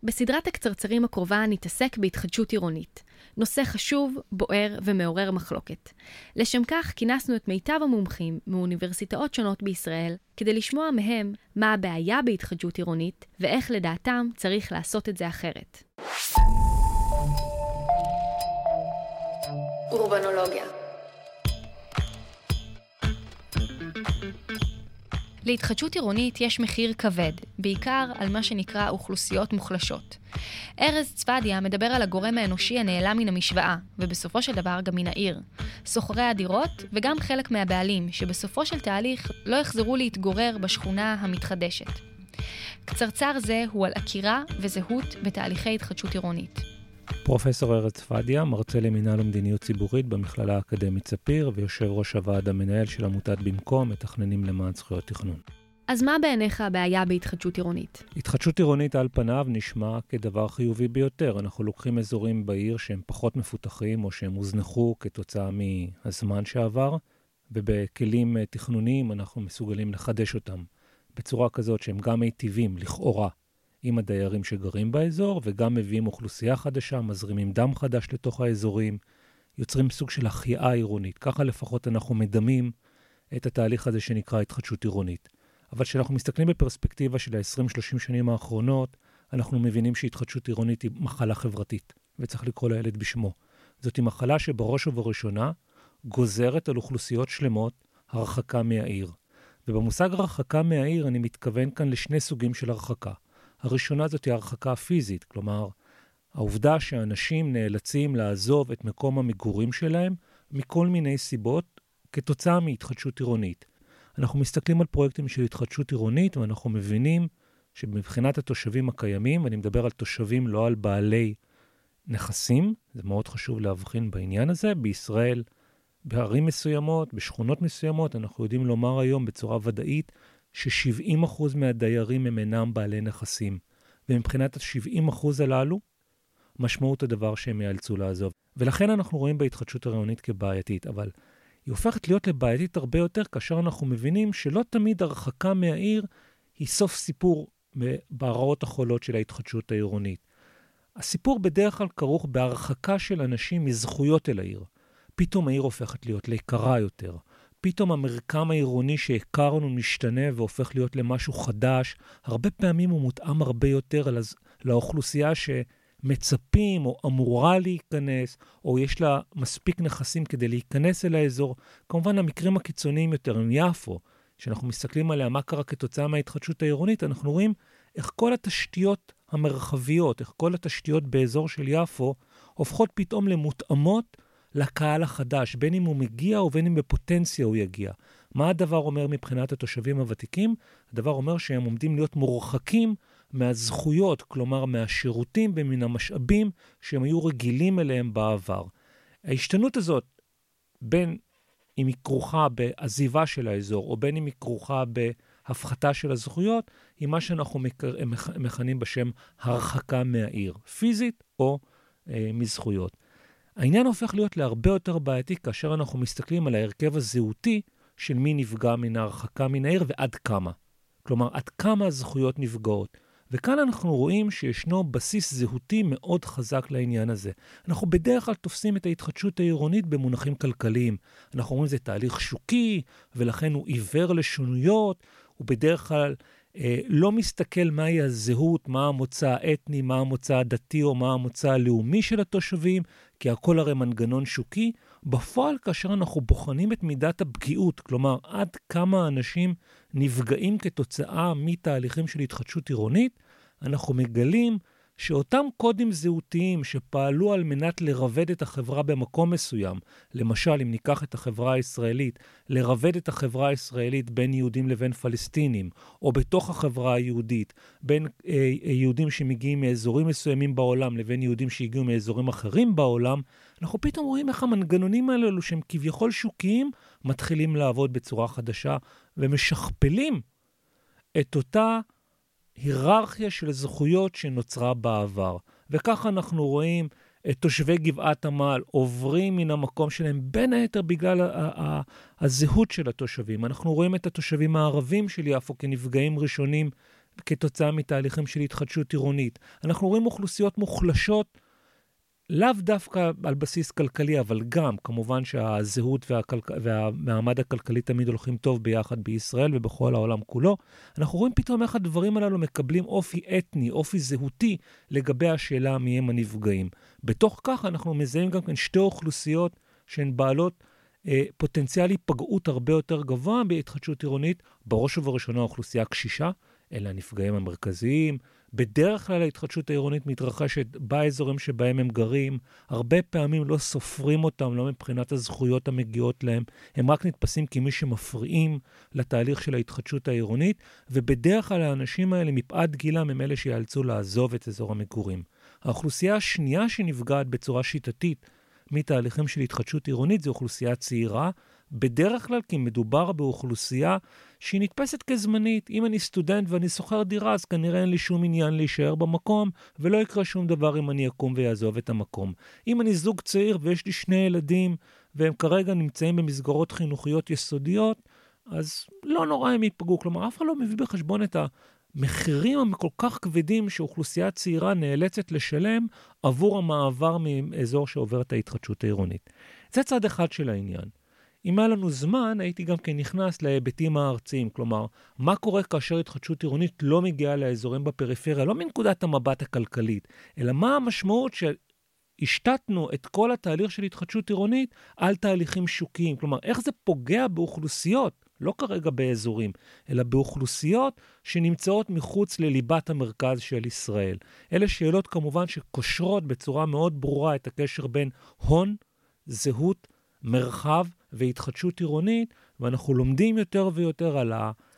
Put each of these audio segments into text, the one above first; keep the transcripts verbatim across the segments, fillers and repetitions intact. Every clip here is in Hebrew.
בסדרת הקצרצרים הקרובה נתעסק בהתחדשות עירונית. נושא חשוב, בוער ומעורר מחלוקת. לשם כך כינסנו את מיטב המומחים מאוניברסיטאות שונות בישראל, כדי לשמוע מהם מה הבעיה בהתחדשות עירונית, ואיך לדעתם צריך לעשות את זה אחרת. אורבנולוגיה. להתחדשות עירונית יש מחיר כבד, בעיקר על מה שנקרא אוכלוסיות מוחלשות. ארז צפדיה מדבר על הגורם האנושי הנעלם מן המשוואה, ובסופו של דבר גם מן העיר. סוחרי הדירות וגם חלק מהבעלים, שבסופו של תהליך לא יחזרו להתגורר בשכונה המתחדשת. קצרצר זה הוא על עקירה וזהות בתהליכי התחדשות עירונית. פרופסור ארז צפדיה, מרצה למינהל ומדיניות ציבורית במכללה האקדמית ספיר, ויושב ראש הוועד המנהל של עמותת במקום, מתכננים למען זכויות תכנון. אז מה בעיניך הבעיה בהתחדשות עירונית? התחדשות עירונית על פניו נשמע כדבר חיובי ביותר. אנחנו לוקחים אזורים בעיר שהם פחות מפותחים, או שהם הוזנחו כתוצאה מהזמן שעבר, ובכלים תכנוניים אנחנו מסוגלים לחדש אותם, בצורה כזאת שהם גם מיטיבים לכאורה עם הדיירים שגרים באזור, וגם מביאים אוכלוסייה חדשה, מזרימים דם חדש לתוך האזורים, יוצרים סוג של החייאה עירונית. ככה לפחות אנחנו מדמים את התהליך הזה שנקרא התחדשות עירונית. אבל כשאנחנו מסתכלים בפרספקטיבה של ה-עשרים שלושים שנים האחרונות, אנחנו מבינים שהתחדשות עירונית היא מחלה חברתית, וצריך לקרוא לילד בשמו. זאת היא מחלה שבראש ובראשונה גוזרת על אוכלוסיות שלמות הרחקה מהעיר. ובמושג הרחקה מהעיר אני מתכוון כאן לשני סוגים של הרחקה. הראשונה זאת היא הרחקה הפיזית, כלומר, העובדה שאנשים נאלצים לעזוב את מקום המגורים שלהם מכל מיני סיבות כתוצאה מהתחדשות עירונית. אנחנו מסתכלים על פרויקטים של התחדשות עירונית, ואנחנו מבינים שמבחינת התושבים הקיימים, ואני מדבר על תושבים לא על בעלי נכסים, זה מאוד חשוב להבחין בעניין הזה, בישראל, בערים מסוימות, בשכונות מסוימות, אנחנו יודעים לומר היום בצורה ודאית, ש-שבעים אחוז מהדיירים הם אינם בעלי נכסים. ומבחינת ה-שבעים אחוז הללו, משמעות הדבר שהם יאלצו לעזוב. ולכן אנחנו רואים בהתחדשות העירונית כבעייתית, אבל היא הופכת להיות לבעייתית הרבה יותר, כאשר אנחנו מבינים שלא תמיד הרחקה מהעיר היא סוף סיפור בהרעות החולות של ההתחדשות העירונית. הסיפור בדרך כלל כרוך בהרחקה של אנשים מזכויות אל העיר. פתאום העיר הופכת להיות ליקרה יותר. פתאום המרקם העירוני שהכרנו משתנה והופך להיות למשהו חדש. הרבה פעמים הוא מותאם הרבה יותר לאוכלוסייה שמצפים או אמורה להיכנס, או יש לה מספיק נכסים כדי להיכנס אל האזור. כמובן המקרים הקיצוניים יותר הם יפו, שאנחנו מסתכלים עליה מה קרה כתוצאה מההתחדשות העירונית, אנחנו רואים איך כל התשתיות המרחביות, איך כל התשתיות באזור של יפו, הופכות פתאום למותאמות לקהל החדש, בין אם הוא מגיע או בין אם בפוטנציה הוא יגיע. מה הדבר אומר מבחינת התושבים הוותיקים? הדבר אומר שהם עומדים להיות מורחקים מהזכויות, כלומר מהשירותים ומן המשאבים שהם היו רגילים אליהם בעבר. ההשתנות הזאת, בין אם היא כרוכה בעזיבה של האזור, או בין אם היא כרוכה בהפחתה של הזכויות, היא מה שאנחנו מכנים בשם הרחקה מהעיר, פיזית או אה, מזכויות. העניין הופך להיות להרבה יותר בעייתי כאשר אנחנו מסתכלים על ההרכב הזהותי של מי נפגע מן ההרחקה מן העיר ועד כמה. כלומר, עד כמה הזכויות נפגעות. וכאן אנחנו רואים שישנו בסיס זהותי מאוד חזק לעניין הזה. אנחנו בדרך כלל תופסים את ההתחדשות העירונית במונחים כלכליים. אנחנו רואים זה תהליך שוקי, ולכן הוא עיוור לשונויות, הוא בדרך כלל אה, לא מסתכל מהי הזהות, מה המוצא האתני, מה המוצא הדתי או מה המוצא הלאומי של התושבים, כי הכל הרי מנגנון שוקי. בפועל כאשר אנחנו בוחנים את מידת הפגיעות, כלומר עד כמה אנשים נפגעים כתוצאה מתהליכים של התחדשות עירונית, אנחנו מגלים שאותם קודים זהותיים שפעלו על מנת לרבד את החברה במקום מסוים, למשל אם ניקח את החברה הישראלית, לרבד את החברה הישראלית בין יהודים לבין פלסטינים, או בתוך החברה היהודית, בין אה, יהודים שמגיעים מאזורים מסוימים בעולם לבין יהודים שהגיעו מאזורים אחרים בעולם, אנחנו פתאום רואים איך המנגנונים האלו שהם כביכול שוקיים, מתחילים לעבוד בצורה חדשה, ומשכפלים את אותה היררכיה של זכויות שנוצרה בעבר. וככה אנחנו רואים את תושבי גבעת עמל עוברים מן המקום שלהם, בין היתר בגלל הזהות של התושבים. אנחנו רואים את התושבים הערבים של יפו כנפגעים ראשונים כתוצאה מתהליכים של התחדשות עירונית. אנחנו רואים אוכלוסיות מוחלשות, לאו דווקא על בסיס כלכלי, אבל גם, כמובן שהזהות והכלכ... והמעמד הכלכלי תמיד הולכים טוב ביחד בישראל ובכל העולם כולו. אנחנו רואים פתאום איך הדברים הללו מקבלים אופי אתני, אופי זהותי, לגבי השאלה מי הם הנפגעים. בתוך כך אנחנו מזהים גם כן שתי אוכלוסיות שהן בעלות אה, פוטנציאל היפגעות הרבה יותר גבוה בהתחדשות עירונית, בראש ובראשונה האוכלוסייה הקשישה, אלה הנפגעים המרכזיים. בדרך כלל ההתחדשות העירונית מתרחשת באזורים שבהם הם גרים, הרבה פעמים לא סופרים אותם, לא מבחינת הזכויות המגיעות להם, הם רק נתפסים כמי שמפריעים לתהליך של ההתחדשות העירונית, ובדרך כלל האנשים האלה מפאת גילם הם אלה שיאלצו לעזוב את אזור המגורים. האוכלוסייה השנייה שנפגעת בצורה שיטתית מתהליכים של התחדשות עירונית זו אוכלוסייה צעירה, בדרך כלל כי מדובר באוכלוסייה שהיא נתפסת כזמנית. אם אני סטודנט ואני שוכר דירה, אז כנראה אין לי שום עניין להישאר במקום, ולא יקרה שום דבר אם אני אקום ויעזוב את המקום. אם אני זוג צעיר ויש לי שני ילדים, והם כרגע נמצאים במסגרות חינוכיות יסודיות, אז לא נורא הם ייפגעו. כלומר, אף אחד לא מביא בחשבון את המחירים הכל כך כבדים שאוכלוסייה צעירה נאלצת לשלם עבור המעבר מאזור שעובר את ההתחדשות העירונית. זה צד אחד של העניין. אם היה לנו זמן, הייתי גם כן נכנס להיבטים הארציים, כלומר, מה קורה כאשר התחדשות עירונית לא מגיעה לאזורים בפריפריה, לא מנקודת המבט הכלכלית, אלא מה המשמעות שהשתתנו את כל התהליך של התחדשות עירונית על תהליכים שוקיים, כלומר, איך זה פוגע באוכלוסיות, לא כרגע באזורים, אלא באוכלוסיות שנמצאות מחוץ לליבת המרכז של ישראל. אלה שאלות כמובן שקושרות בצורה מאוד ברורה את הקשר בין הון, זהות, מרחב והתחדשות עירונית, ואנחנו לומדים יותר ויותר על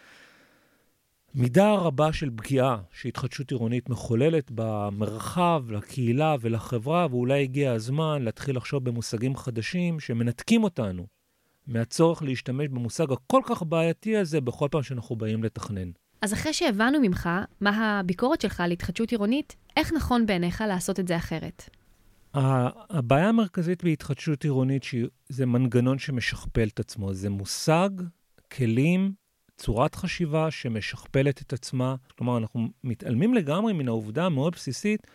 המידה הרבה של פגיעה שהתחדשות עירונית מחוללת במרחב, לקהילה ולחברה, ואולי הגיע הזמן להתחיל לחשוב במושגים חדשים שמנתקים אותנו מהצורך להשתמש במושג הכל כך בעייתי הזה בכל פעם שאנחנו באים לתכנן. אז אחרי שהבנו ממך מה הביקורת שלך על התחדשות עירונית, איך נכון בעיניך לעשות את זה אחרת? הבעיה המרכזית בהתחדשות עירונית זה מנגנון שמשכפל את עצמו. זה מושג, כלים, צורת חשיבה שמשכפלת את עצמה. כלומר, אנחנו מתעלמים לגמרי מן העובדה המאוד בסיסית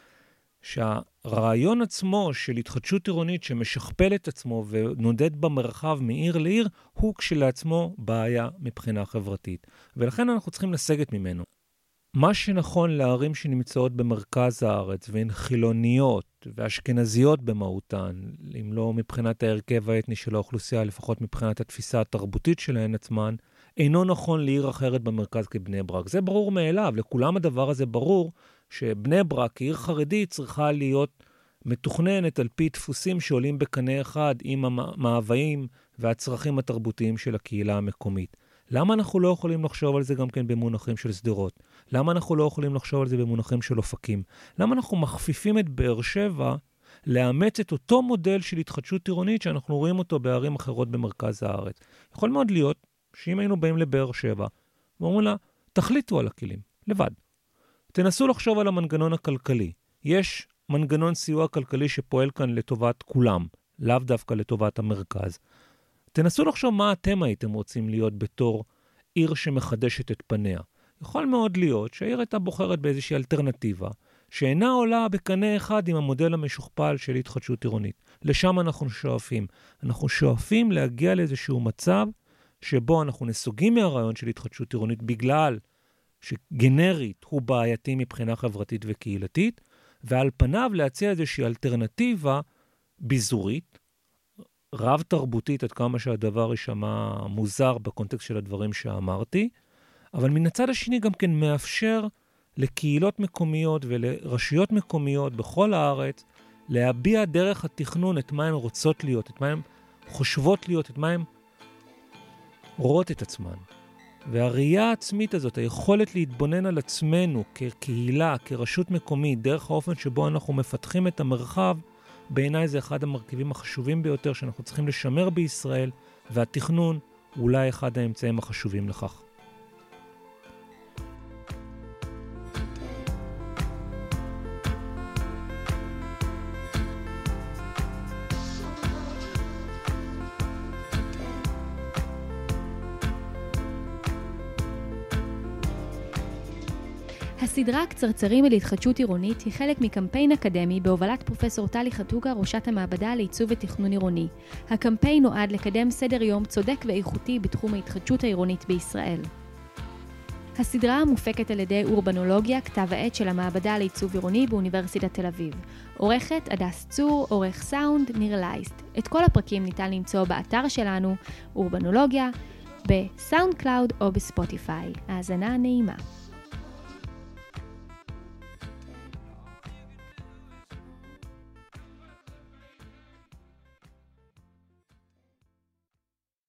שהרעיון עצמו של התחדשות עירונית שמשכפל את עצמו ונודד במרחב מעיר לעיר, הוא כשלעצמו בעיה מבחינה חברתית. ולכן אנחנו צריכים לסגת ממנו. מה שנכון לערים שנמצאות במרכז הארץ, והן חילוניות ואשכנזיות במהותן, אם לא מבחינת ההרכב האתני של האוכלוסייה, לפחות מבחינת התפיסה התרבותית שלהן עצמן, אינו נכון לעיר אחרת במרכז כבני ברק. זה ברור מאליו, לכולם הדבר הזה ברור שבני ברק, כעיר חרדית, צריכה להיות מתוכננת על פי דפוסים שעולים בקנה אחד עם המאוויים והצרכים התרבותיים של הקהילה המקומית. למה אנחנו לא יכולים לחשוב על זה גם כן במונחים של סדרות? למה אנחנו לא יכולים לחשוב על זה במונחים של אופקים? למה אנחנו מכפיפים את באר שבע לאמץ את אותו מודל של התחדשות עירונית שאנחנו רואים אותו בערים אחרות במרכז הארץ? יכול מאוד להיות שאם היינו באים לבאר שבע ואומרים לה, תחליטו על הכלים, לבד. תנסו לחשוב על המנגנון הכלכלי. יש מנגנון סיוע כלכלי שפועל כאן לטובת כולם, לאו דווקא לטובת המרכז. תנסו לחשוב מה אתם הייתם רוצים להיות בתור עיר שמחדשת את פניה. יכול מאוד להיות שהעיר הייתה בוחרת באיזושהי אלטרנטיבה, שאינה עולה בקנה אחד עם המודל המשוכפל של התחדשות עירונית. לשם אנחנו שואפים. אנחנו שואפים להגיע לאיזשהו מצב שבו אנחנו נסוגים מהרעיון של התחדשות עירונית בגלל שגנרית הוא בעייתי מבחינה חברתית וקהילתית, ועל פניו להציע איזושהי אלטרנטיבה ביזורית, רב תרבותית, עד כמה שהדבר יישמע מוזר בקונטקסט של הדברים שאמרתי, אבל מן הצד השני גם כן מאפשר לקהילות מקומיות ולרשויות מקומיות בכל הארץ להביע דרך התכנון את מה הן רוצות להיות, את מה הן חושבות להיות, את מה הן רואות את עצמן. והראייה העצמית הזאת, היכולת להתבונן על עצמנו כקהילה, כרשות מקומית, דרך האופן שבו אנחנו מפתחים את המרחב, בעיניי זה אחד המרכיבים החשובים ביותר שאנחנו צריכים לשמר בישראל, והתכנון הוא אולי אחד האמצעים החשובים לכך. הסדרה קצרצרים על התחדשות עירונית היא חלק מקמפיין אקדמי בהובלת פרופסור טלי חתוקה, ראשת המעבדה לעיצוב ותכנון עירוני. הקמפיין נועד לקדם סדר יום צודק ואיכותי בתחום ההתחדשות העירונית בישראל. הסדרה מופקת על ידי אורבנולוגיה, כתב העת של המעבדה לעיצוב עירוני באוניברסיטת תל אביב. עורכת הדס צור, עורך סאונד ניר לייסט. את כל הפרקים ניתן למצוא באתר שלנו, אורבנולוגיה, בסאונד קלאוד או בספוטיפיי. האזנה נעימה.